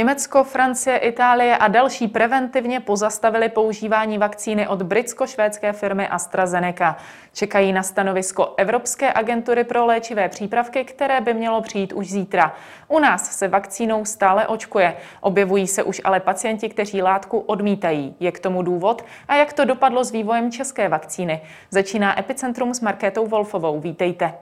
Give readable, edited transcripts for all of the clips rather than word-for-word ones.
Německo, Francie, Itálie a další preventivně pozastavili používání vakcíny od britsko-švédské firmy AstraZeneca. Čekají na stanovisko Evropské agentury pro léčivé přípravky, které by mělo přijít už zítra. U nás se vakcínou stále očkuje. Objevují se už ale pacienti, kteří látku odmítají. Je k tomu důvod a jak to dopadlo s vývojem české vakcíny? Začíná Epicentrum s Markétou Wolfovou. Vítejte.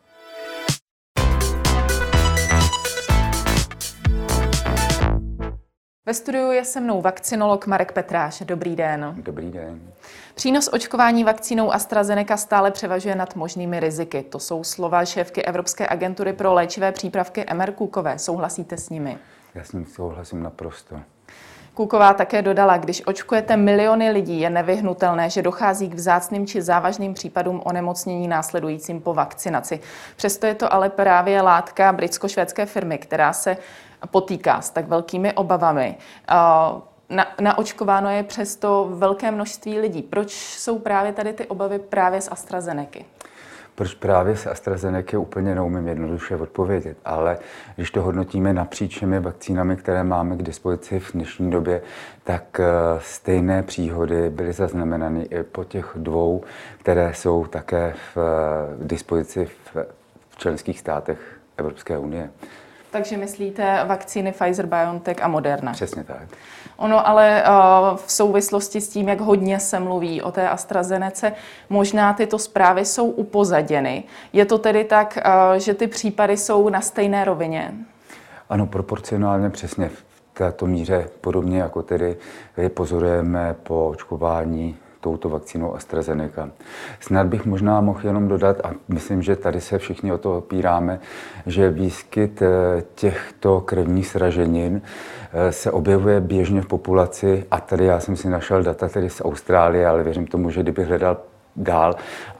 Ve studiu je se mnou vakcinolog Marek Petráš. Dobrý den. Dobrý den. Přínos očkování vakcínou AstraZeneca stále převažuje nad možnými riziky. To jsou slova šéfky Evropské agentury pro léčivé přípravky Emmer Cookové. Souhlasíte s nimi? Já s ním souhlasím naprosto. Cooková také dodala, když očkujete miliony lidí, je nevyhnutelné, že dochází k vzácným či závažným případům onemocnění následujícím po vakcinaci. Přesto je to ale právě látka britsko-švédské firmy, která se potýká s tak velkými obavami. Naočkováno je přesto velké množství lidí. Proč jsou právě tady ty obavy právě z AstraZeneca? Proč právě z AstraZeneca úplně neumím jednoduše odpovědět, ale když to hodnotíme napříč všemi vakcínami, které máme k dispozici v dnešní době, tak stejné příhody byly zaznamenány i po těch dvou, které jsou také v dispozici v členských státech Evropské unie. Takže myslíte vakcíny Pfizer-BioNTech a Moderna? Přesně tak. Ono ale v souvislosti s tím, jak hodně se mluví o té AstraZenece, možná tyto zprávy jsou upozaděny. Je to tedy tak, že ty případy jsou na stejné rovině? Ano, proporcionálně přesně v této míře, podobně jako tedy pozorujeme po očkování touto vakcínou AstraZeneca. Snad bych možná mohl jenom dodat, a myslím, že tady se všichni o to opíráme, že výskyt těchto krevních sraženin se objevuje běžně v populaci, a tady já jsem si našel data tedy z Austrálie, ale věřím tomu, že kdybych hledal dál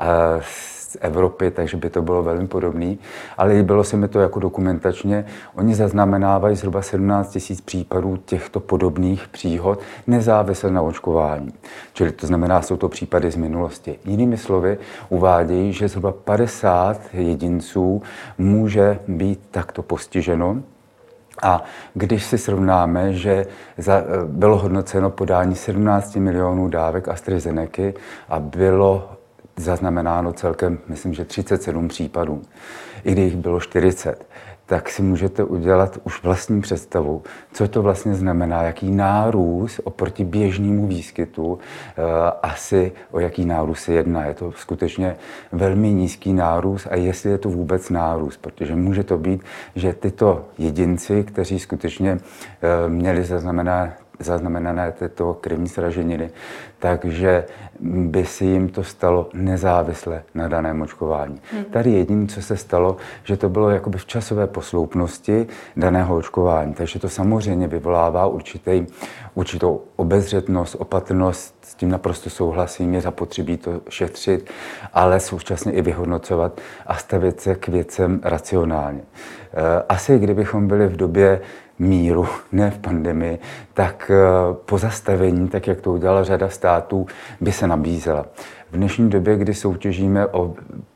z Evropy, takže by to bylo velmi podobné. Ale líbilo se mi to jako dokumentačně. Oni zaznamenávají zhruba 17 000 případů těchto podobných příhod nezávisle na očkování. Čili to znamená, jsou to případy z minulosti. Jinými slovy uvádějí, že zhruba 50 jedinců může být takto postiženo. A když si srovnáme, že bylo hodnoceno podání 17 milionů dávek AstraZeneca a bylo zaznamenáno celkem, myslím, že 37 případů, i když jich bylo 40, tak si můžete udělat už vlastní představu, co to vlastně znamená, jaký nárůst oproti běžnému výskytu, asi o jaký nárůst se jedná. Je to skutečně velmi nízký nárůst a jestli je to vůbec nárůst, protože může to být, že tyto jedinci, kteří skutečně měli zaznamenané tyto krevní sraženiny, takže by se jim to stalo nezávisle na daném očkování. Tady jediné, co se stalo, že to bylo jakoby v časové posloupnosti daného očkování, takže to samozřejmě vyvolává určitou obezřetnost, opatrnost, s tím naprosto souhlasím, je zapotřebí to šetřit, ale současně i vyhodnocovat a stavit se k věcem racionálně. Asi kdybychom byli v době míru, ne v pandemii, tak pozastavení, tak jak to udělala řada států, by se nabízela. V dnešní době, kdy soutěžíme o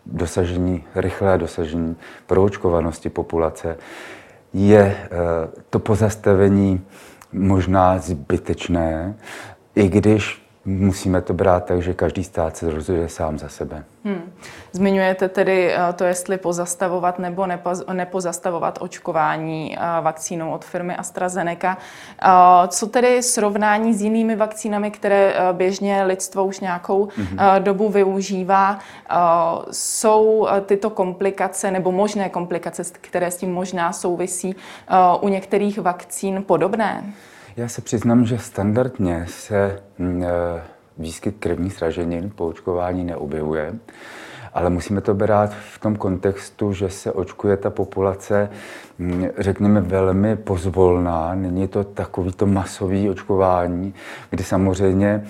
rychlé dosažení proočkovanosti populace, je to pozastavení možná zbytečné, i když musíme to brát tak, že každý stát se rozhoduje sám za sebe. Zmiňujete tedy to, jestli pozastavovat nebo nepozastavovat očkování vakcínou od firmy AstraZeneca. Co tedy srovnání s jinými vakcínami, které běžně lidstvo už nějakou dobu využívá? Jsou tyto komplikace nebo možné komplikace, které s tím možná souvisí, u některých vakcín podobné? Já se přiznám, že standardně se výskyt krevních sraženin po očkování neobjevuje, ale musíme to brát v tom kontextu, že se očkuje ta populace, řekněme, velmi pozvolná. Není to takovýto masový očkování, kdy samozřejmě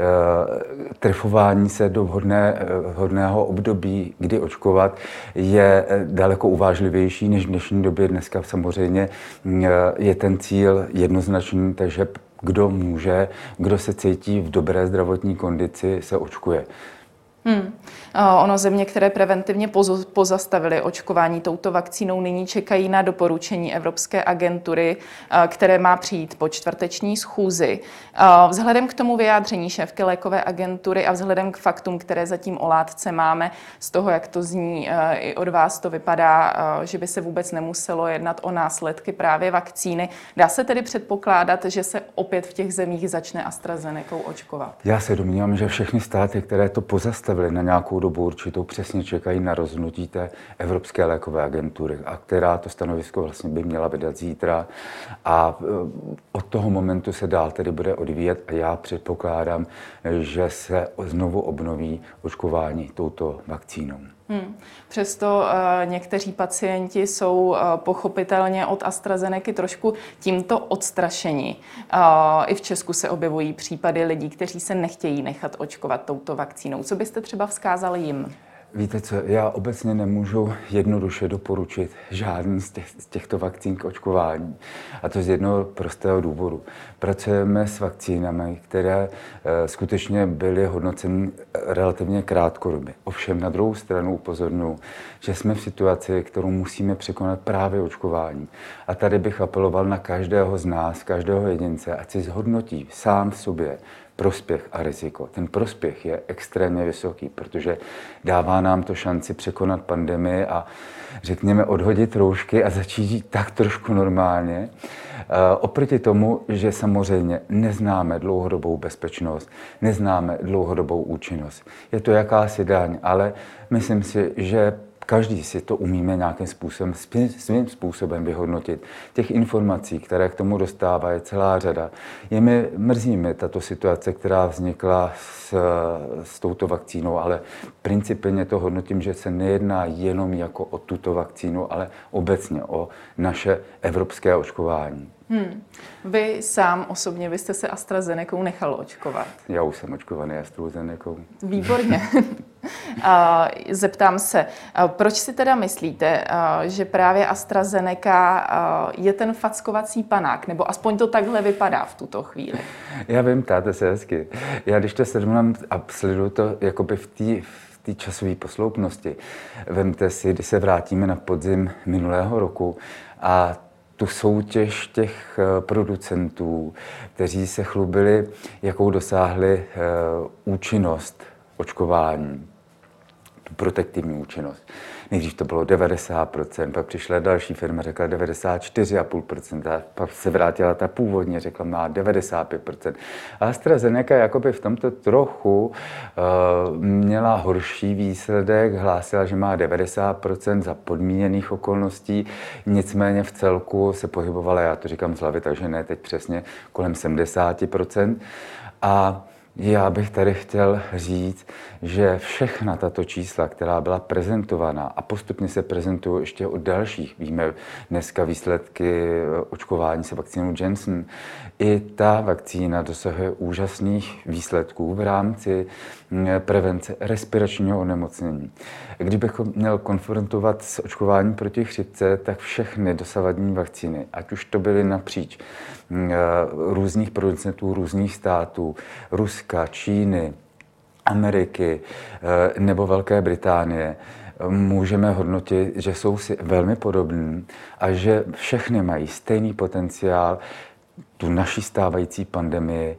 trefování se do vhodného období, kdy očkovat, je daleko uvážlivější než v dnešní době. Dneska samozřejmě je ten cíl jednoznačný, takže kdo se cítí v dobré zdravotní kondici, se očkuje. Ono země, které preventivně pozastavily očkování touto vakcínou, nyní čekají na doporučení Evropské agentury, které má přijít po čtvrteční schůzi. Vzhledem k tomu vyjádření šéfky lékové agentury a vzhledem k faktům, které zatím o látce máme, z toho, jak to zní i od vás, to vypadá, že by se vůbec nemuselo jednat o následky právě vakcíny. Dá se tedy předpokládat, že se opět v těch zemích začne AstraZenecou očkovat? Já se domnívám, že všechny státy, které to pozastavily na nějakou dobu určitou, přesně čekají na rozhodnutí té Evropské lékové agentury, a která to stanovisko vlastně by měla vydat zítra. A od toho momentu se dál tedy bude odvíjet a já předpokládám, že se znovu obnoví očkování touto vakcínou. Přesto někteří pacienti jsou pochopitelně od AstraZenecy trošku tímto odstrašeni. I v Česku se objevují případy lidí, kteří se nechtějí nechat očkovat touto vakcínou. Co byste třeba vzkázali jim? Víte co, já obecně nemůžu jednoduše doporučit žádný z těchto vakcín k očkování. A to z jednoho prostého důvodu. Pracujeme s vakcínami, které skutečně byly hodnoceny relativně krátkodobě. Ovšem na druhou stranu upozorňuji, že jsme v situaci, kterou musíme překonat právě očkování. A tady bych apeloval na každého z nás, každého jedince, ať si zhodnotí sám v sobě prospěch a riziko. Ten prospěch je extrémně vysoký, protože dává nám to šanci překonat pandemii a řekněme odhodit roušky a začít žít tak trošku normálně. Oproti tomu, že samozřejmě neznáme dlouhodobou bezpečnost, neznáme dlouhodobou účinnost. Je to jakási daň, ale myslím si, že každý si to umíme nějakým způsobem, svým způsobem vyhodnotit. Těch informací, které k tomu dostává, je celá řada. Mrzí mi tato situace, která vznikla s touto vakcínou, ale principálně to hodnotím, že se nejedná jenom jako o tuto vakcínu, ale obecně o naše evropské očkování. Vy sám osobně byste se AstraZenecou nechal očkovat? Já už jsem očkovaný AstraZenecou. Výborně. Zeptám se, proč si teda myslíte, že právě AstraZeneca je ten fackovací panák, nebo aspoň to takhle vypadá v tuto chvíli? Já vím, ptáte se hezky. Já když to sleduju a sleduju to jakoby v té časové posloupnosti, vemte si, když se vrátíme na podzim minulého roku a tu soutěž těch producentů, kteří se chlubili, jakou dosáhli účinnost očkování, tu protektivní účinnost. Nejdřív to bylo 90%, pak přišla další firma, řekla 94,5%, pak se vrátila ta původně, řekla má 95%. A AstraZeneca jakoby v tomto trochu měla horší výsledek, hlásila, že má 90% za podmíněných okolností, nicméně v celku se pohybovala, já to říkám z hlavy, takže ne teď přesně, kolem 70%. A já bych tady chtěl říct, že všechna tato čísla, která byla prezentovaná a postupně se prezentují ještě od dalších, víme dneska výsledky očkování se vakcínou Janssen, i ta vakcína dosahuje úžasných výsledků v rámci prevence respiračního onemocnění. Kdybych měl konfrontovat s očkováním proti chřipce, tak všechny dosavadní vakcíny, ať už to byly napříč různých producentů, různých států, Ruska, Číny, Ameriky nebo Velké Británie, můžeme hodnotit, že jsou si velmi podobní a že všechny mají stejný potenciál tu naši stávající pandemii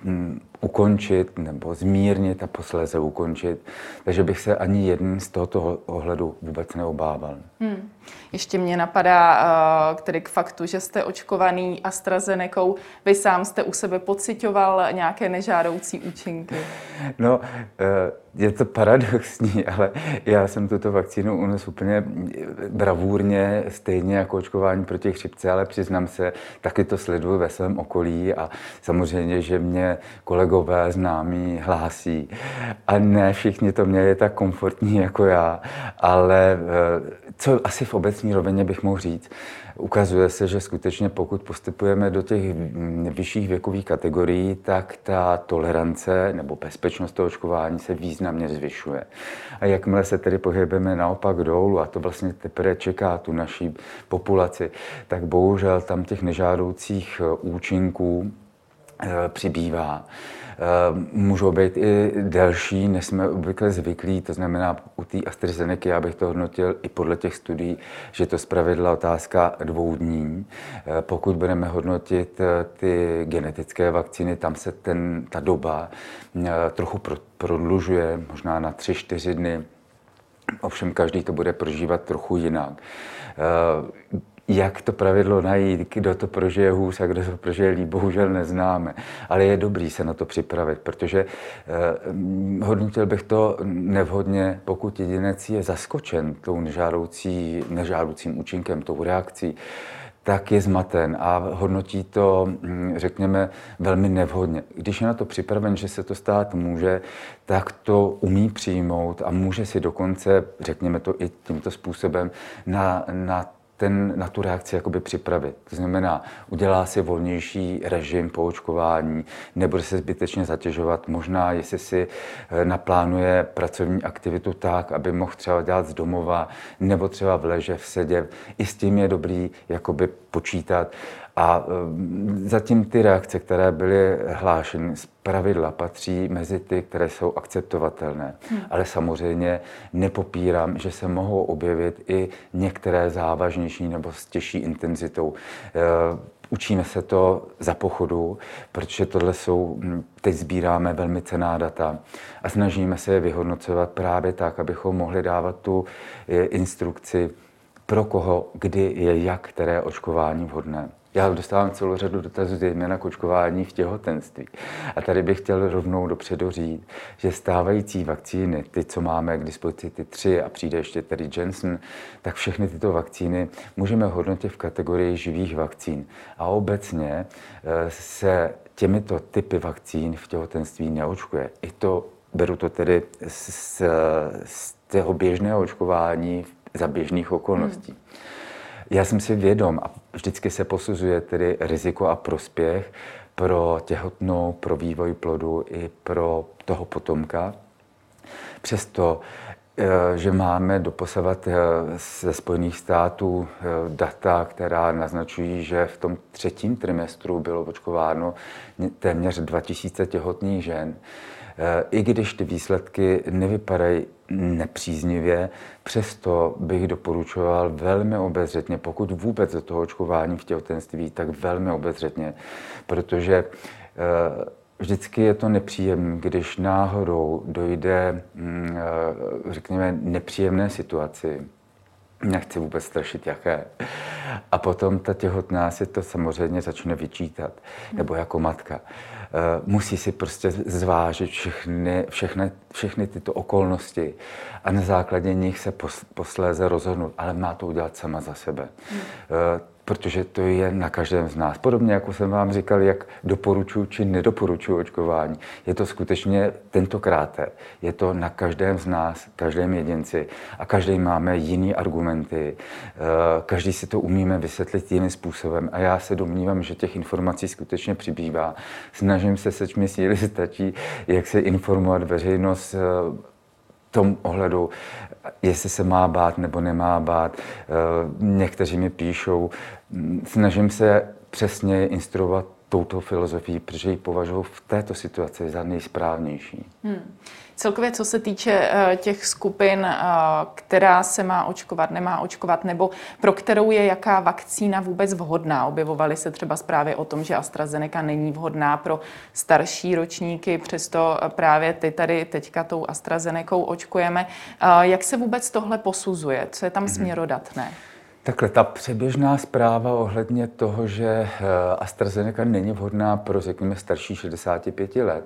ukončit nebo zmírnit a posléze ukončit. Takže bych se ani jeden z tohoto ohledu vůbec neobával. Ještě mě napadá tedy k faktu, že jste očkovaný AstraZenecou. Vy sám jste u sebe pociťoval nějaké nežádoucí účinky? No, je to paradoxní, ale já jsem tuto vakcínu unesl úplně bravurně, stejně jako očkování proti chřipce, ale přiznám se, taky to sleduju ve svém okolí a samozřejmě, že mě kolegové známí hlásí. A ne všichni to měli tak komfortní jako já, ale co asi v obecní rovině bych mohl říct, ukazuje se, že skutečně pokud postupujeme do těch vyšších věkových kategorií, tak ta tolerance nebo bezpečnost toho očkování se významně zvyšuje. A jakmile se tedy pohybujeme naopak dolů, a to vlastně teprve čeká tu naší populaci, tak bohužel tam těch nežádoucích účinků přibývá. Můžou být i delší, než jsme obvykle zvyklí, to znamená u té AstraZeneca já bych to hodnotil i podle těch studií, že to zpravidla otázka 2 dní. Pokud budeme hodnotit ty genetické vakcíny, tam se ta doba trochu prodlužuje, možná na 3-4 dny. Ovšem každý to bude prožívat trochu jinak. Jak to pravidlo najít, kdo to prožije hůř a kdo to prožije líp, bohužel neznáme. Ale je dobrý se na to připravit, protože hodnotil bych to nevhodně, pokud jedinec je zaskočen tou nežádoucím účinkem, tou reakcí, tak je zmaten a hodnotí to, řekněme, velmi nevhodně. Když je na to připraven, že se to stát může, tak to umí přijmout a může si dokonce, řekněme to i tímto způsobem, na tu reakci jakoby připravit. To znamená, udělá si volnější režim po očkování, nebude se zbytečně zatěžovat, možná jestli si naplánuje pracovní aktivitu tak, aby mohl třeba dělat z domova, nebo třeba v leže, v sedě. I s tím je dobrý jakoby počítat. A zatím ty reakce, které byly hlášeny, zpravidla patří mezi ty, které jsou akceptovatelné. Ale samozřejmě nepopírám, že se mohou objevit i některé závažnější nebo s těžší intenzitou. Učíme se to za pochodu, protože teď sbíráme velmi cenná data a snažíme se je vyhodnocovat právě tak, abychom mohli dávat tu instrukci, pro koho, kdy je jak které očkování vhodné. Já dostávám celou řadu dotazů, zejména k očkování v těhotenství. A tady bych chtěl rovnou dopředu říct, že stávající vakcíny, ty, co máme k dispozici, ty 3 a přijde ještě tedy Janssen, tak všechny tyto vakcíny můžeme hodnotit v kategorii živých vakcín. A obecně se těmito typy vakcín v těhotenství neočkuje. Beru to tedy z toho běžného očkování za běžných okolností. Já jsem si vědom a vždycky se posuzuje tedy riziko a prospěch pro těhotnou, pro vývoj plodu i pro toho potomka. Přesto, že máme doposavat ze Spojených států data, která naznačují, že v tom 3. trimestru bylo očkováno téměř 2000 těhotných žen, i když ty výsledky nevypadají nepříznivě, přesto bych doporučoval velmi obezřetně, pokud vůbec do toho očkování v těhotenství, tak velmi obezřetně, protože vždycky je to nepříjemné, když náhodou dojde, řekněme, nepříjemné situaci, nechci vůbec strašit jaké, a potom ta těhotná si to samozřejmě začne vyčítat, nebo jako matka. Musí si prostě zvážit všechny tyto okolnosti a na základě nich se posléze rozhodnout, ale má to udělat sama za sebe. Protože to je na každém z nás. Podobně jako jsem vám říkal, jak doporučuji či nedoporučuji očkování. Je to skutečně tentokrát. Je to na každém z nás, každém jedinci a každý máme jiný argumenty. Každý si to umíme vysvětlit jiným způsobem a já se domnívám, že těch informací skutečně přibývá. Snažím se, seč mi síly stačí, jak se informovat veřejnost v tom ohledu, jestli se má bát nebo nemá bát. Někteří mi píšou, snažím se přesně instruovat touto filozofií, protože ji považuji v této situaci za nejsprávnější. Celkově, co se týče těch skupin, která se má očkovat, nemá očkovat, nebo pro kterou je jaká vakcína vůbec vhodná. Objevovaly se třeba zprávy o tom, že AstraZeneca není vhodná pro starší ročníky, přesto právě ty tady teďka tou AstraZenecou očkujeme. Jak se vůbec tohle posuzuje? Co je tam směrodatné? Takhle, ta předběžná zpráva ohledně toho, že AstraZeneca není vhodná pro, řekněme, starší 65 let,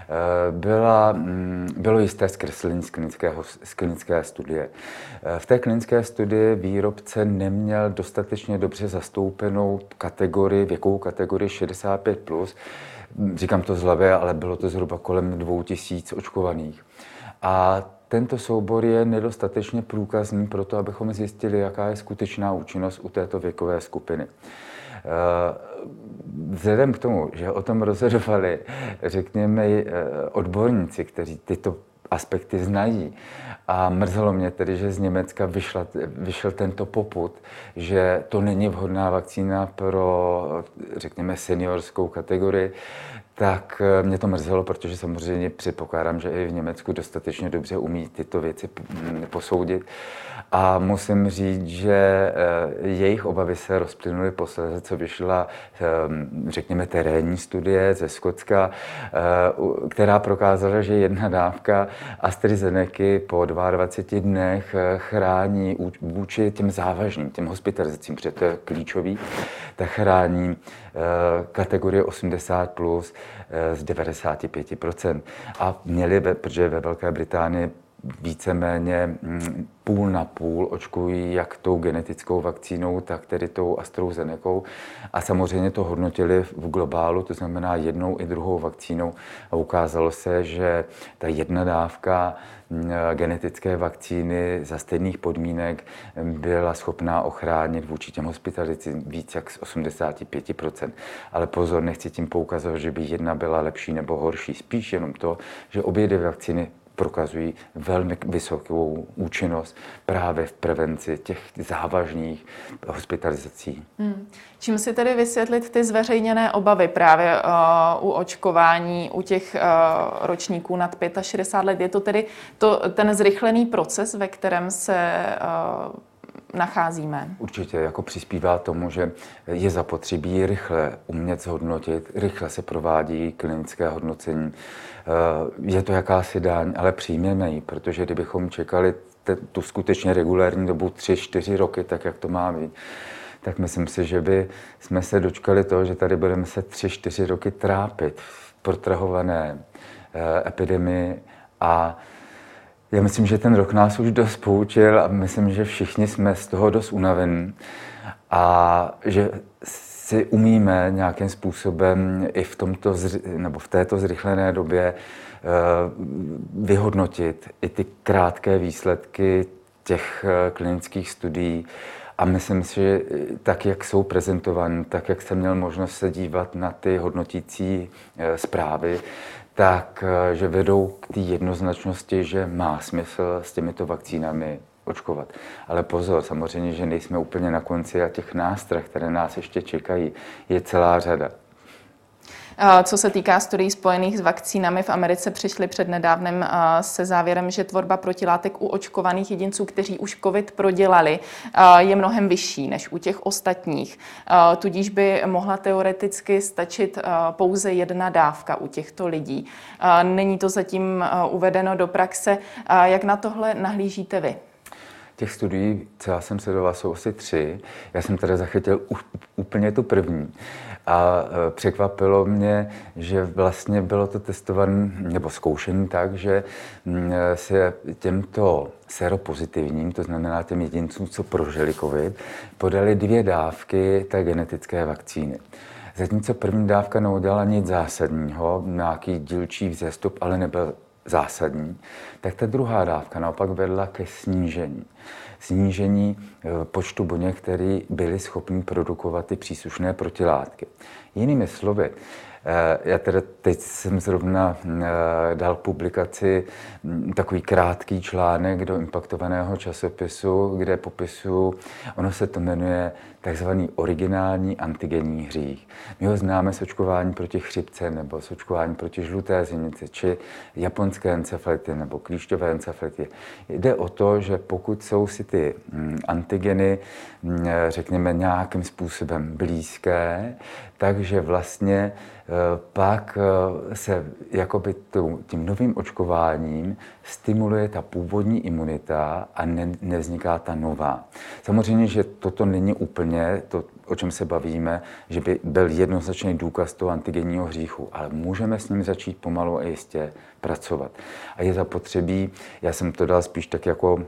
bylo jisté zkreslení z klinické studie. V té klinické studii výrobce neměl dostatečně dobře zastoupenou věkovou kategorii 65+. Říkám to z hlavy, ale bylo to zhruba kolem 2000 očkovaných. A tento soubor je nedostatečně průkazný pro to, abychom zjistili, jaká je skutečná účinnost u této věkové skupiny. Vzhledem k tomu, že o tom rozhodovali, řekněme, odborníci, kteří tyto aspekty znají, a mrzelo mě tedy, že z Německa vyšel tento popud, že to není vhodná vakcína pro, řekněme, seniorskou kategorii, tak mě to mrzelo, protože samozřejmě předpokládám, že i v Německu dostatečně dobře umí tyto věci posoudit. A musím říct, že jejich obavy se rozplynuly posledně, co vyšla, řekněme, terénní studie ze Skotska, která prokázala, že jedna dávka AstraZenecy po 22 dnech chrání vůči těm závažným, těm hospitalizacím, protože to je klíčový, tak chrání kategorie 80+ z 95%. A měli, protože ve Velké Británii víceméně půl na půl očkují jak tou genetickou vakcínou, tak tedy tou AstraZenecou. A samozřejmě to hodnotili v globálu, to znamená jednou i druhou vakcínou. A ukázalo se, že ta jedna dávka genetické vakcíny za stejných podmínek byla schopná ochránit vůči těm hospitalizacím víc jak z 85%. Ale pozor, nechci tím poukazovat, že by jedna byla lepší nebo horší. Spíš jenom to, že obě dvě vakcíny prokazují velmi vysokou účinnost právě v prevenci těch závažných hospitalizací. Čím si tedy vysvětlit ty zveřejněné obavy právě u očkování, u těch ročníků nad 65 let? Je to tedy ten zrychlený proces, ve kterém se nacházíme? Určitě jako přispívá tomu, že je zapotřebí rychle umět zhodnotit, rychle se provádí klinické hodnocení. Je to jakási daň, ale přijměme ji, protože kdybychom čekali tu skutečně regulární dobu 3-4 roky, tak jak to má být, tak myslím si, že by jsme se dočkali toho, že tady budeme se 3-4 roky trápit v protrahované epidemii a já myslím, že ten rok nás už dost poučil a myslím, že všichni jsme z toho dost unavení a že si umíme nějakým způsobem i v této zrychlené době vyhodnotit i ty krátké výsledky těch klinických studií. A myslím si, že tak, jak jsou prezentovány, tak, jak jsem měl možnost se dívat na ty hodnotící zprávy, tak, že vedou k té jednoznačnosti, že má smysl s těmito vakcínami očkovat. Ale pozor, samozřejmě, že nejsme úplně na konci a těch nástrah, které nás ještě čekají, je celá řada. Co se týká studií spojených s vakcínami, v Americe přišli přednedávnem se závěrem, že tvorba protilátek u očkovaných jedinců, kteří už COVID prodělali, je mnohem vyšší než u těch ostatních. Tudíž by mohla teoreticky stačit pouze jedna dávka u těchto lidí. Není to zatím uvedeno do praxe. Jak na tohle nahlížíte vy? Těch studií, co já jsem sledoval, jsou asi 3. Já jsem teda zachytil úplně tu první. A překvapilo mě, že vlastně bylo to testované nebo zkoušené tak, že se těmto séropozitivním, to znamená těm jedincům, co prožili COVID, podali 2 dávky té genetické vakcíny. Zatímco první dávka neudělala nic zásadního, nějaký dílčí vzestup, ale nebyl zásadní, tak ta druhá dávka naopak vedla ke snížení počtu buněk, které byly schopny produkovat ty příslušné protilátky. Jinými slovy, já teda teď jsem zrovna dal publikaci takový krátký článek do impaktovaného časopisu, kde popisuju, ono se to jmenuje takzvaný originální antigenní hřích. My ho známe z očkování proti chřipce nebo z očkování proti žluté zimnici či japonské encefality nebo klíšťové encefality. Jde o to, že pokud jsou si ty antigeny, řekněme, nějakým způsobem blízké, takže vlastně pak se jakoby tím novým očkováním stimuluje ta původní imunita a nevzniká ta nová. Samozřejmě, že toto není úplně to, o čem se bavíme, že by byl jednoznačný důkaz toho antigenního hříchu, ale můžeme s ním začít pomalu a jistě pracovat. A je zapotřebí, já jsem to dal spíš tak jako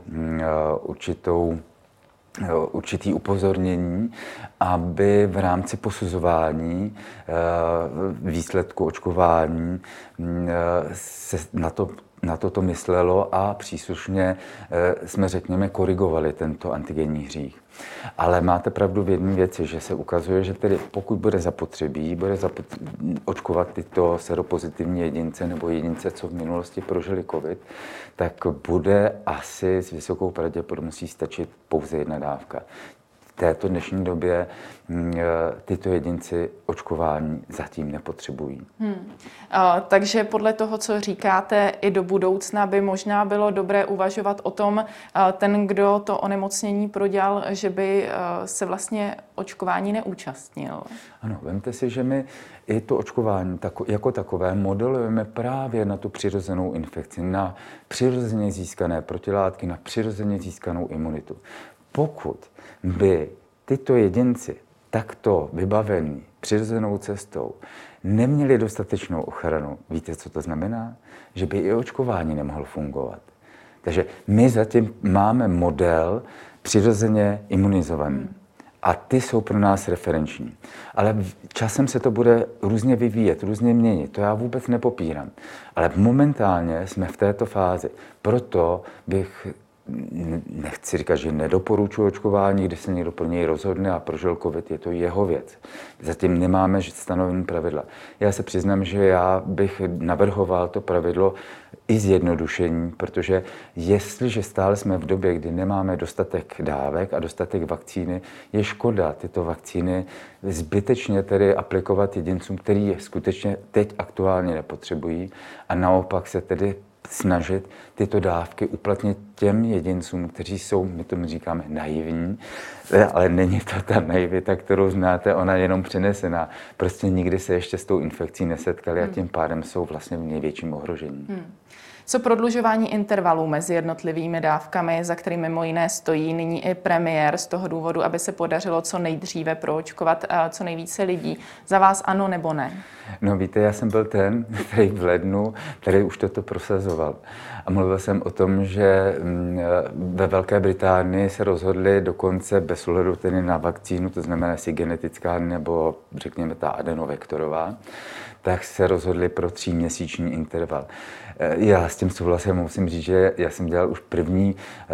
určitý upozornění, aby v rámci posuzování výsledku očkování se na toto myslelo a příslušně jsme, řekněme, korigovali tento antigenní hřích. Ale máte pravdu v jedné věci, že se ukazuje, že tedy pokud bude zapotřebí očkovat tyto séropozitivní jedince nebo jedince, co v minulosti prožili COVID, tak bude asi s vysokou pravděpodobností stačit pouze jedna dávka. této dnešní době tyto jedinci očkování zatím nepotřebují. Takže podle toho, co říkáte, i do budoucna by možná bylo dobré uvažovat o tom, ten, kdo to onemocnění prodělal, že by se vlastně očkování neúčastnil. Ano, vemte si, že my i to očkování jako takové modelujeme právě na tu přirozenou infekci, na přirozeně získané protilátky, na přirozeně získanou imunitu. Pokud by tyto jedinci takto vybavení přirozenou cestou neměli dostatečnou ochranu, víte, co to znamená? Že by i očkování nemohlo fungovat. Takže my zatím máme model přirozeně imunizovaný. A ty jsou pro nás referenční. Ale časem se to bude různě vyvíjet, různě měnit. To já vůbec nepopírám. Ale momentálně jsme v této fázi. Proto bych, nechci říkat, že nedoporučuji očkování, když se někdo pro něj rozhodne a prožil covid, je to jeho věc. Zatím nemáme stanovené pravidla. Já se přiznám, že já bych navrhoval to pravidlo i zjednodušení, protože jestliže stále jsme v době, kdy nemáme dostatek dávek a dostatek vakcíny, je škoda tyto vakcíny zbytečně tedy aplikovat jedincům, který je skutečně teď aktuálně nepotřebují, a naopak se tedy snažit tyto dávky uplatnit těm jedincům, kteří jsou, my tomu říkáme, naivní, ale není to ta naivita, kterou znáte, ona je jenom přenesená. Prostě nikdy se ještě s tou infekcí nesetkali a tím pádem jsou vlastně v největším ohrožení. Co prodlužování intervalů mezi jednotlivými dávkami, za kterými mimo jiné stojí nyní i premiér z toho důvodu, aby se podařilo co nejdříve proočkovat co nejvíce lidí. Za vás ano nebo ne? No víte, já jsem byl ten, který v lednu, který už toto prosazoval. A mluvil jsem o tom, že ve Velké Británii se rozhodli dokonce bez ohledu tedy na vakcínu, to znamená si genetická nebo řekněme ta adenovektorová, tak se rozhodli pro 3měsíční interval. Já s tím souhlasím, musím říct, že já jsem dělal už první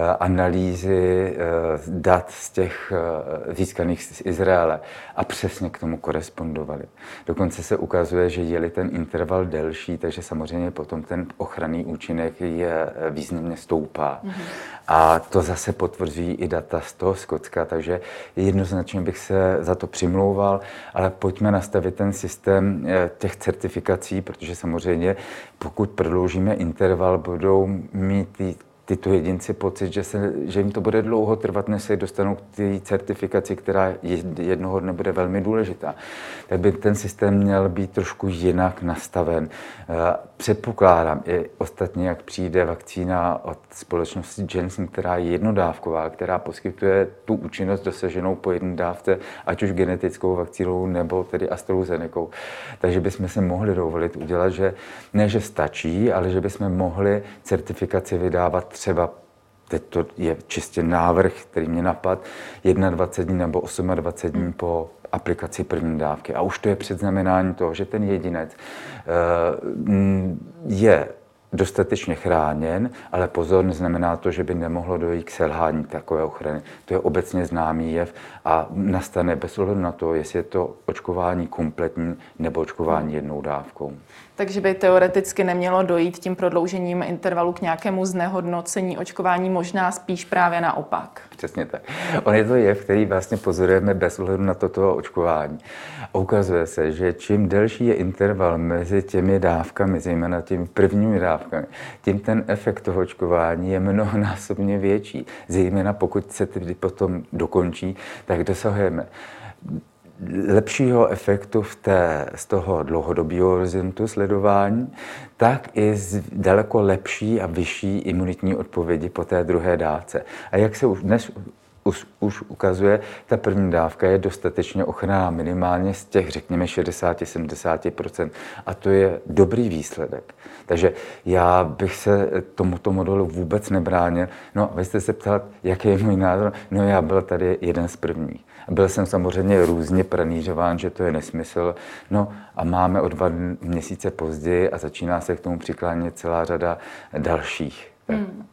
analýzy dat z těch získaných z Izraele a přesně k tomu korespondovaly. Dokonce se ukazuje, že je-li ten interval delší, takže samozřejmě potom ten ochranný účinek je významně stoupá. A to zase potvrzují i data z toho Skotska, takže jednoznačně bych se za to přimlouval, ale pojďme nastavit ten systém těch certifikací, protože samozřejmě pokud prodloužíme interval, budou mít tyto jedinci pocit, že jim to bude dlouho trvat, než se dostanou k té certifikaci, která jednoho dne bude velmi důležitá. Tak by ten systém měl být trošku jinak nastaven. Předpokládám i ostatně, jak přijde vakcína od společnosti Janssen, která je jednodávková, která poskytuje tu účinnost dosaženou po jedné dávce, ať už genetickou vakcínou nebo tedy AstraZenecou. Takže bychom si mohli dovolit udělat, že ne, že stačí, ale že bychom mohli certifikaci vydávat třeba, teď to je čistě návrh, který mě napadl, 21 dní nebo 28 dní po aplikaci první dávky. A už to je předznamenání toho, že ten jedinec je dostatečně chráněn, ale pozor, neznamená to, že by nemohlo dojít k selhání takové ochrany. To je obecně známý jev a nastane bez ohledu na to, jestli je to očkování kompletní nebo očkování jednou dávkou. Takže by teoreticky nemělo dojít tím prodloužením intervalu k nějakému znehodnocení očkování, možná spíš právě naopak. Přesně tak. On je to jev, který vlastně pozorujeme bez ohledu na toto očkování. A ukazuje se, že čím delší je interval mezi těmi dávkami, zejména těmi prvními dávkami, tím ten efekt toho očkování je mnohonásobně větší. Zejména pokud se tedy potom dokončí, tak dosahujeme lepšího efektu z toho dlouhodobého horizontu sledování, tak i z daleko lepší a vyšší imunitní odpovědi po té druhé dávce. A jak se už dnes už ukazuje, ta první dávka je dostatečně ochranná minimálně z těch, řekněme, 60-70%. A to je dobrý výsledek. Takže já bych se tomuto modelu vůbec nebránil. No, vy jste se ptal, jaký je můj názor. No, já byl tady jeden z prvních. Byl jsem samozřejmě různě pranířován, že to je nesmysl. No a máme o 2 měsíce později a začíná se k tomu přiklánět celá řada dalších.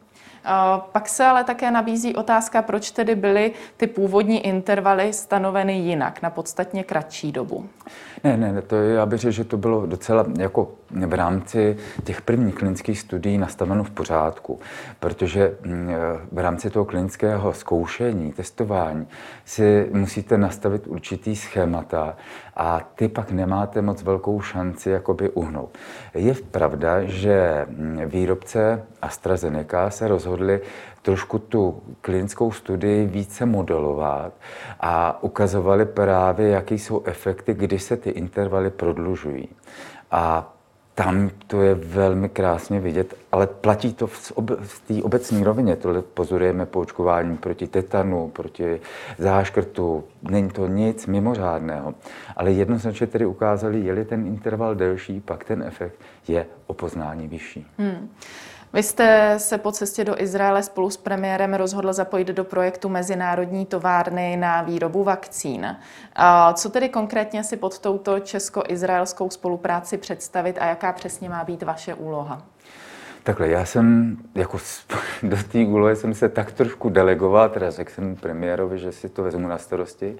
Pak se ale také nabízí otázka, proč tedy byly ty původní intervaly stanoveny jinak, na podstatně kratší dobu. Ne, to já bych řekl, že to bylo docela jako v rámci těch prvních klinických studií nastaveno v pořádku, protože v rámci toho klinického zkoušení, testování si musíte nastavit určitý schémata a ty pak nemáte moc velkou šanci jakoby uhnout. Je pravda, že výrobce AstraZeneca se rozhodli trošku tu klinickou studii více modelovat a ukazovali právě, jaké jsou efekty, když se ty intervaly prodlužují. A tam to je velmi krásně vidět, ale platí to v té obecné rovině. Tohle pozorujeme po očkování proti tetanu, proti záškrtu. Není to nic mimořádného. Ale jednoznačně tedy ukázali, je-li ten interval delší, pak ten efekt je o poznání vyšší. Vy jste se po cestě do Izraele spolu s premiérem rozhodl zapojit do projektu Mezinárodní továrny na výrobu vakcín. Co tedy konkrétně si pod touto česko-izraelskou spolupráci představit a jaká přesně má být vaše úloha? Takhle, já jsem jako do té úlohy jsem se tak trošku delegoval, teda řekl jsem premiérovi, že si to vezmu na starosti.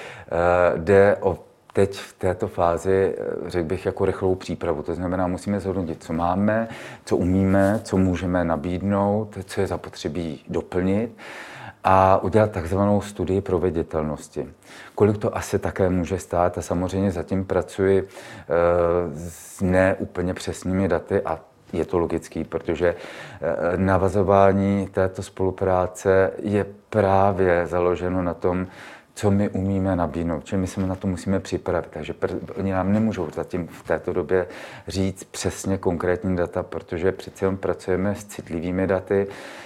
Jde o teď v této fázi, řekl bych, jako rychlou přípravu. To znamená, musíme zhodnotit, co máme, co umíme, co můžeme nabídnout, co je zapotřebí doplnit a udělat takzvanou studii proveditelnosti. Kolik to asi také může stát a samozřejmě zatím pracuji s ne úplně přesnými daty a je to logický, protože navazování této spolupráce je právě založeno na tom, co my umíme nabídnout, čili my se na to musíme připravit. Takže oni nám nemůžou zatím v této době říct přesně konkrétní data, protože přeci jen pracujeme s citlivými daty.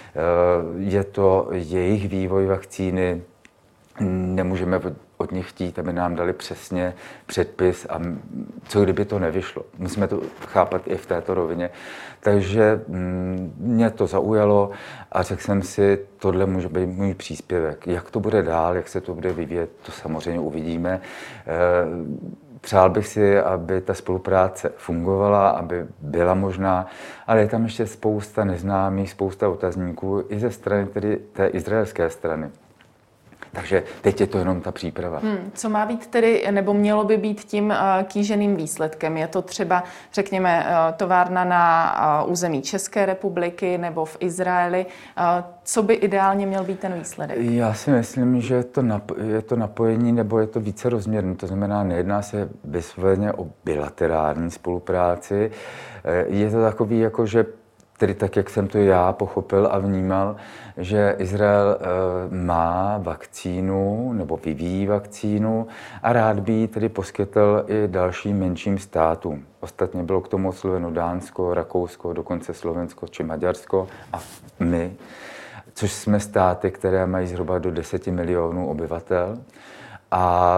Je to jejich vývoj vakcíny, nemůžeme od nich chtít, aby nám dali přesně předpis a co kdyby to nevyšlo. Musíme to chápat i v této rovině. Takže mě to zaujalo a řekl jsem si, tohle může být můj příspěvek. Jak to bude dál, jak se to bude vyvíjet, to samozřejmě uvidíme. Přál bych si, aby ta spolupráce fungovala, aby byla možná, ale je tam ještě spousta neznámých, spousta otazníků i ze strany tedy té izraelské strany. Takže teď je to jenom ta příprava. Co má být tedy, nebo mělo by být tím kýženým výsledkem? Je to třeba, řekněme, továrna na území České republiky nebo v Izraeli? Co by ideálně měl být ten výsledek? Já si myslím, že je to napojení nebo je to více rozměrné. To znamená, nejedná se vysloveně o bilaterální spolupráci. Je to takový, jako že tedy tak, jak jsem to já pochopil a vnímal, že Izrael má vakcínu nebo vyvíjí vakcínu a rád by ji tedy poskytl i dalším menším státům. Ostatně bylo k tomu osloveno Dánsko, Rakousko, dokonce Slovensko či Maďarsko a my, což jsme státy, které mají zhruba do 10 milionů obyvatel. A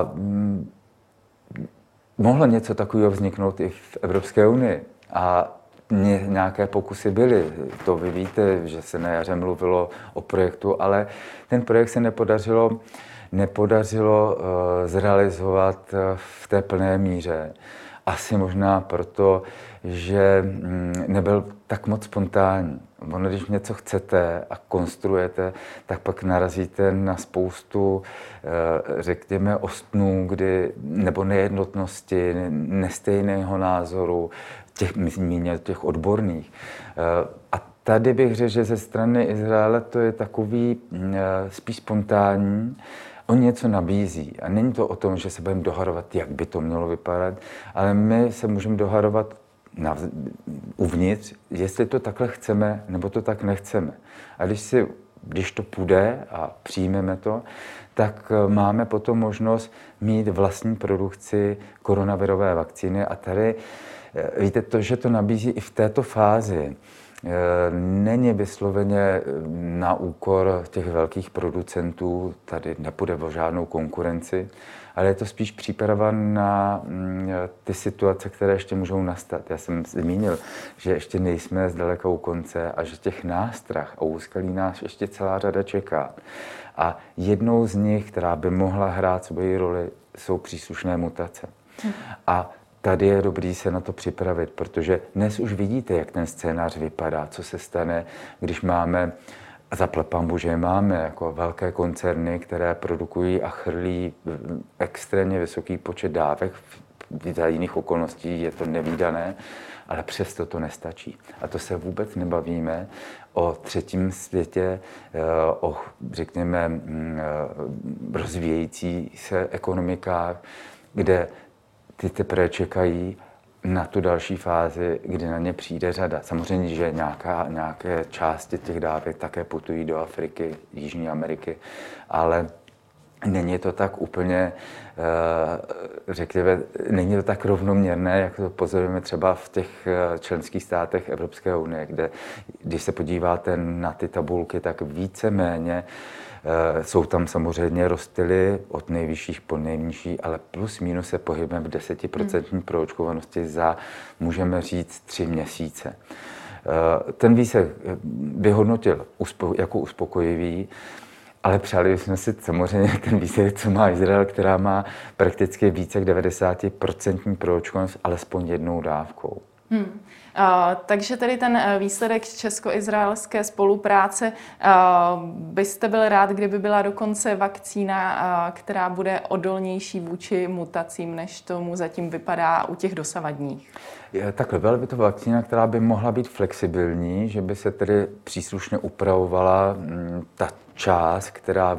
mohlo něco takového vzniknout i v Evropské unii. A nějaké pokusy byly. To vy víte, že se na jaře mluvilo o projektu, ale ten projekt se nepodařilo zrealizovat v té plné míře. Asi možná proto, že nebyl tak moc spontánní. Ono, když něco chcete a konstruujete, tak pak narazíte na spoustu, řekněme, ostnů, nebo nejednotnosti, nestejného názoru, těch odborných. A tady bych řekl, že ze strany Izraele to je takový spíš spontánní. On něco nabízí a není to o tom, že se budeme dohadovat, jak by to mělo vypadat, ale my se můžeme dohadovat uvnitř, jestli to takhle chceme, nebo to tak nechceme. A když to půjde a přijmeme to, tak máme potom možnost mít vlastní produkci koronavirové vakcíny a tady víte, že to nabízí i v této fázi, není vysloveně na úkor těch velkých producentů, tady nepůjde o žádnou konkurenci, ale je to spíš příprava na ty situace, které ještě můžou nastat. Já jsem zmínil, že ještě nejsme zdaleka u konce a že těch nástrah a úskalí nás ještě celá řada čeká. A jednou z nich, která by mohla hrát svoji roli, jsou příslušné mutace. A tady je dobrý se na to připravit, protože dnes už vidíte, jak ten scénář vypadá, co se stane, když máme A zaplať pánbůh, že máme jako velké koncerny, které produkují a chrlí extrémně vysoký počet dávek. Za jiných okolností je to nevídané, ale přesto to nestačí. A to se vůbec nebavíme o třetím světě, o, řekněme, rozvíjející se ekonomikách, kde ty teprve čekají na tu další fázi, kdy na ně přijde řada. Samozřejmě, že nějaké části těch dávek také putují do Afriky, Jižní Ameriky, ale není to tak úplně, řekněme, není to tak rovnoměrné, jak to pozorujeme třeba v těch členských státech Evropské unie, kde, když se podíváte na ty tabulky, tak víceméně jsou tam samozřejmě rozptyly od nejvyšších po nejnižší, ale plus minus se pohybujeme v 10% proočkovanosti za, můžeme říct, 3 měsíce. Ten výsledek vyhodnotil jako uspokojivý, ale přáli jsme si samozřejmě ten výsledek, co má Izrael, která má prakticky více jak 90% proočkovanost alespoň jednou dávkou. Takže tedy ten výsledek česko-izraelské spolupráce, byste byl rád, kdyby byla dokonce vakcína, která bude odolnější vůči mutacím, než tomu zatím vypadá u těch dosavadních? Takhle, byla by to vakcína, která by mohla být flexibilní, že by se tedy příslušně upravovala ta část, která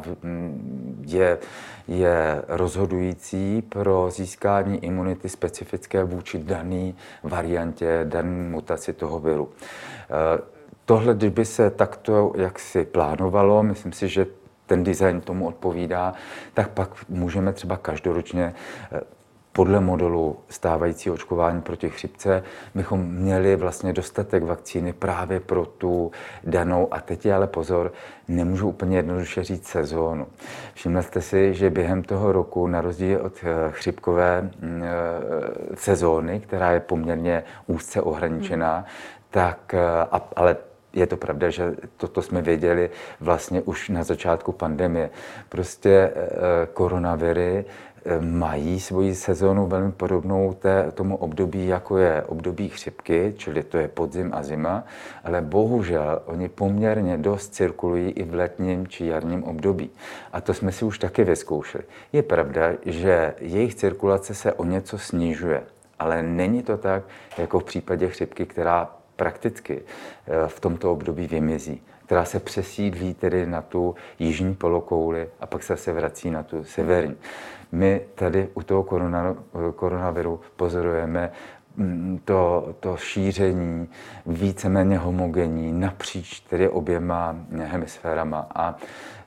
je rozhodující pro získání imunity specifické vůči dané variantě, dané mutaci toho viru. Tohle, kdyby se takto jaksi plánovalo, myslím si, že ten design tomu odpovídá, tak pak můžeme třeba každoročně podle modelu stávajícího očkování proti chřipce bychom měli vlastně dostatek vakcíny právě pro tu danou, a teď je ale pozor, nemůžu úplně jednoduše říct sezónu. Všimli jste si, že během toho roku, na rozdíl od chřipkové sezóny, která je poměrně úzce ohraničená, tak, ale je to pravda, že toto jsme věděli vlastně už na začátku pandemie. Prostě koronaviry mají svoji sezónu velmi podobnou tomu období, jako je období chřipky, čili to je podzim a zima, ale bohužel oni poměrně dost cirkulují i v letním či jarním období. A to jsme si už taky vyzkoušeli. Je pravda, že jejich cirkulace se o něco snižuje, ale není to tak, jako v případě chřipky, která prakticky v tomto období vymizí, která se přesídlí tedy na tu jižní polokouli a pak se vrací na tu severní. My tady u toho koronaviru pozorujeme to šíření víceméně homogenní napříč tedy oběma hemisférama a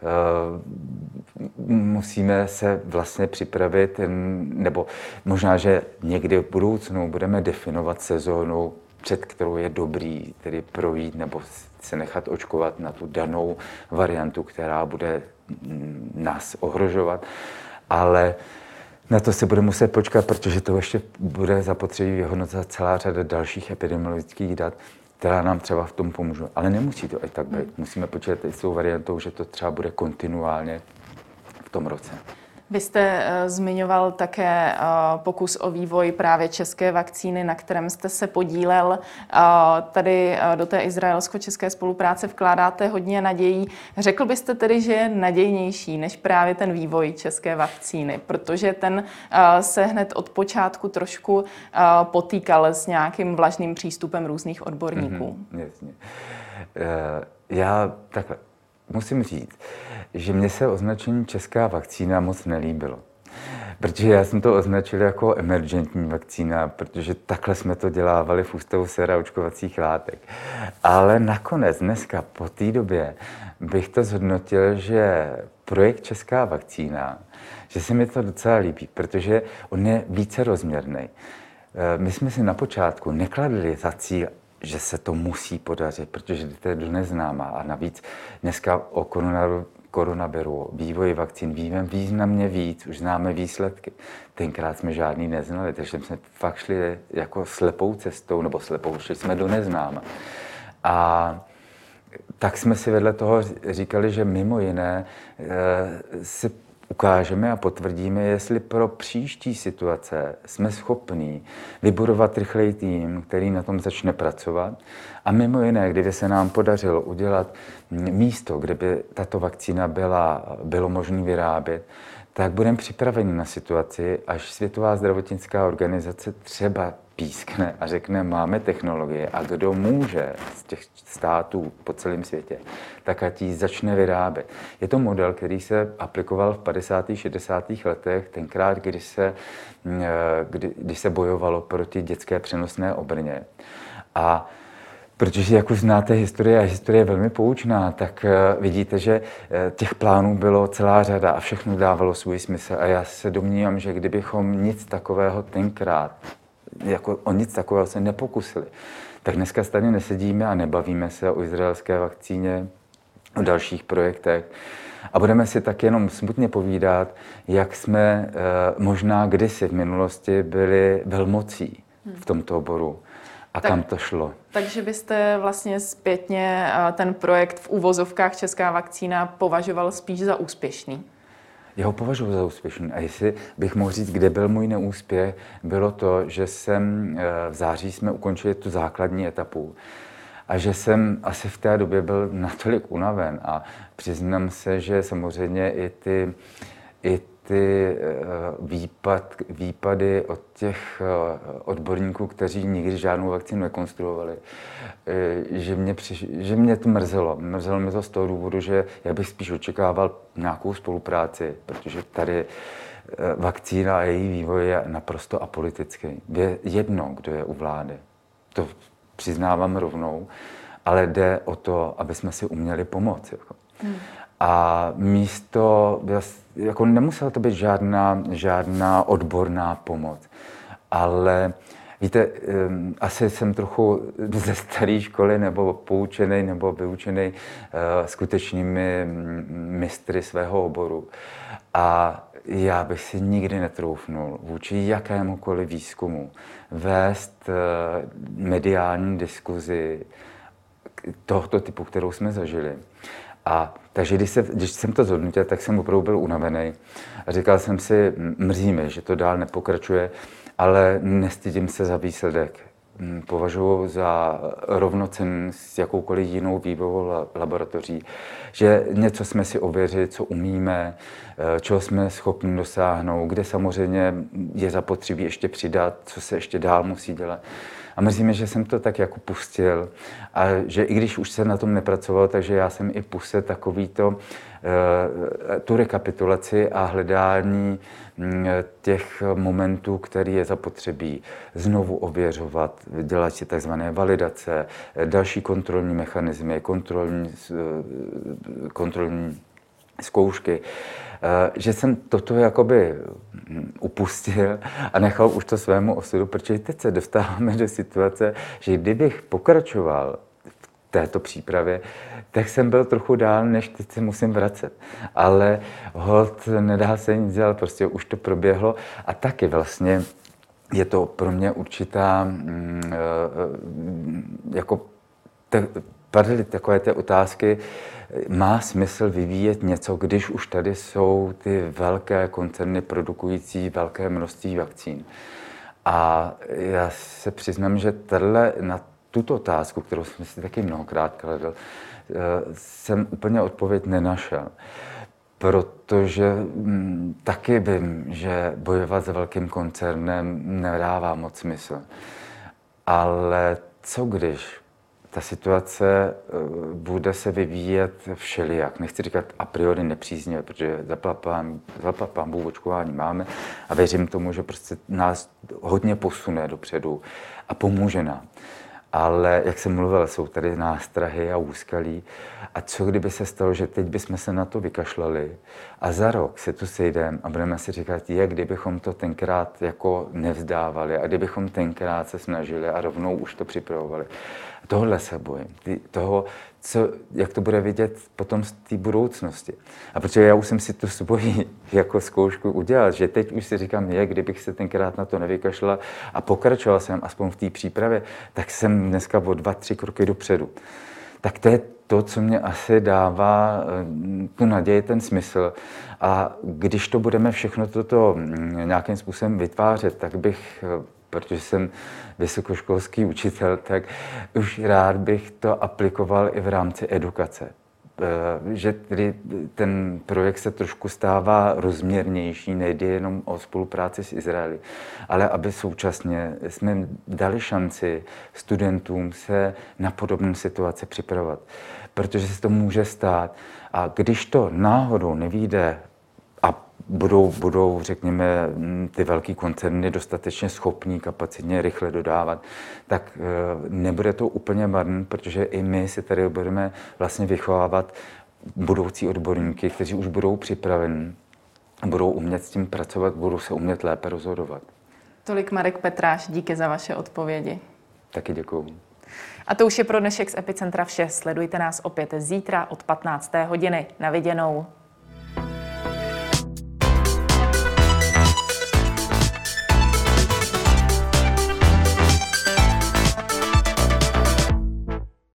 musíme se vlastně připravit, nebo možná, že někdy v budoucnu budeme definovat sezónu, před kterou je dobrý tedy projít nebo se nechat očkovat na tu danou variantu, která bude nás ohrožovat. Ale na to se bude muset počkat, protože to ještě bude zapotřebí vyhodnocovat celá řada dalších epidemiologických dat, která nám třeba v tom pomůžou. Ale nemusí to i tak být. Musíme počítat i s tou variantou, že to třeba bude kontinuálně v tom roce. Vy jste zmiňoval také pokus o vývoj právě české vakcíny, na kterém jste se podílel. Tady do té izraelsko-české spolupráce vkládáte hodně nadějí. Řekl byste tedy, že je nadějnější než právě ten vývoj české vakcíny, protože ten se hned od počátku trošku potýkal s nějakým vlažným přístupem různých odborníků. Jasně. Já takhle musím říct, že mně se označení česká vakcína moc nelíbilo. Protože já jsem to označil jako emergentní vakcína, protože takhle jsme to dělávali v Ústavu séra očkovacích látek. Ale nakonec dneska, po té době, bych to zhodnotil, že projekt česká vakcína, že se mi to docela líbí, protože on je více rozměrný. My jsme si na počátku nekladli za cíl, že se to musí podařit, protože to je do neznáma. A navíc dneska o koronaviru, vývoji vakcín víme významně víc, už známe výsledky. Tenkrát jsme žádný neznali, takže jsme fakt šli jako slepou cestou, nebo šli jsme do neznáma. A tak jsme si vedle toho říkali, že mimo jiné si ukážeme a potvrdíme, jestli pro příští situace jsme schopní vybudovat rychlej tým, který na tom začne pracovat. A mimo jiné, kdyby se nám podařilo udělat místo, kde by tato vakcína bylo možné vyrábět, tak budeme připraveni na situaci, až Světová zdravotnická organizace třeba pískne a řekne, máme technologie a kdo může z těch států po celém světě, tak ať ji začne vyrábět. Je to model, který se aplikoval v 50. 60. letech, tenkrát, když se bojovalo proti dětské přenosné obrně. A protože jak už znáte historie a historie je velmi poučná, tak vidíte, že těch plánů bylo celá řada a všechno dávalo svůj smysl. A já se domnívám, že kdybychom nic takového tenkrát, jako o nic takového se nepokusili, tak dneska tady nesedíme a nebavíme se o izraelské vakcíně, o dalších projektech. A budeme si tak jenom smutně povídat, jak jsme možná kdysi v minulosti byli velmocí v tomto oboru. A kam to šlo? Takže byste vlastně zpětně ten projekt v uvozovkách Česká vakcína považoval spíš za úspěšný? Já ho považuji za úspěšný. A jestli bych mohl říct, kde byl můj neúspěch, bylo to, že v září jsme ukončili tu základní etapu. A že jsem asi v té době byl natolik unaven. A přiznám se, že samozřejmě i ty výpady od těch odborníků, kteří nikdy žádnou vakcínu nekonstruovali, že mě to mrzelo. Mrzelo mě to z toho důvodu, že já bych spíš očekával nějakou spolupráci, protože tady vakcína a její vývoj je naprosto apolitický. Je jedno, kdo je u vlády. To přiznávám rovnou, ale jde o to, aby jsme si uměli pomoct. A místo, jako nemusela to být žádná odborná pomoc, ale víte, asi jsem trochu ze staré školy nebo poučený nebo vyučený skutečnými mistry svého oboru. A já bych si nikdy netroufnul vůči jakémukoliv výzkumu vést mediální diskuzi tohoto typu, kterou jsme zažili. A takže když jsem to zhodnotil, tak jsem opravdu byl unavený. A říkal jsem si, mrzí mi, že to dál nepokračuje, ale nestydím se za výsledek. Považuji za rovnocenný s jakoukoliv jinou vývojovou laboratoří, že něco jsme si ověřili, co umíme, čeho jsme schopni dosáhnout, kde samozřejmě je zapotřebí ještě přidat, co se ještě dál musí dělat. A mrzí mě, že jsem to tak jako pustil a že i když už se na tom nepracoval, takže já jsem i pustil tu rekapitulaci a hledání těch momentů, který je zapotřebí znovu ověřovat, dělat si takzvané validace, další kontrolní mechanismy, kontrolní zkoušky, že jsem toto jakoby upustil a nechal už to svému osudu, protože teď se dostáváme do situace, že kdybych pokračoval v této přípravě, tak jsem byl trochu dál, než teď se musím vracet. Ale holt nedá se nic dělat, prostě už to proběhlo a taky vlastně je to pro mě určitá jako padly takové ty otázky, má smysl vyvíjet něco, když už tady jsou ty velké koncerny produkující velké množství vakcín. A já se přiznám, že na tuto otázku, kterou jsem si taky mnohokrát kladl, jsem úplně odpověď nenašel. Protože taky vím, že bojovat s velkým koncernem nedává moc smysl. Ale co když ta situace bude se vyvíjet všelijak. Nechci říkat a priori nepříznivě, protože zaplať pánbůh očkování máme a věřím tomu, že prostě nás hodně posune dopředu a pomůže nám. Ale jak jsem mluvil, jsou tady nástrahy a úskalí. A co kdyby se stalo, že teď bychom se na to vykašlali a za rok se tu sejdeme a budeme si říkat, kdybychom to tenkrát jako nevzdávali a kdybychom tenkrát se snažili a rovnou už to připravovali. Tohle se bojím. Jak to bude vidět potom z té budoucnosti. A protože já už jsem si tu svoji jako zkoušku udělal, že teď už si říkám, kdybych se tenkrát na to nevykašlal a pokračoval jsem aspoň v té přípravě, tak jsem dneska o 2-3 kroky dopředu. Tak to je to, co mě asi dává tu naději, ten smysl. A když to budeme všechno toto nějakým způsobem vytvářet, tak bych, protože jsem vysokoškolský učitel, tak už rád bych to aplikoval i v rámci edukace. Že tedy ten projekt se trošku stává rozměrnější, nejde jenom o spolupráci s Izraeli, ale aby současně jsme dali šanci studentům se na podobné situace připravovat. Protože se to může stát. A když to náhodou nevyjde a budou, řekněme, ty velký koncerny dostatečně schopní kapacitně rychle dodávat, tak nebude to úplně marné, protože i my si tady budeme vlastně vychovávat budoucí odborníky, kteří už budou připraveni, budou umět s tím pracovat, budou se umět lépe rozhodovat. Tolik Marek Petráš, díky za vaše odpovědi. Taky děkuju. A to už je pro dnešek z Epicentra vše. Sledujte nás opět zítra od 15. hodiny. Na viděnou.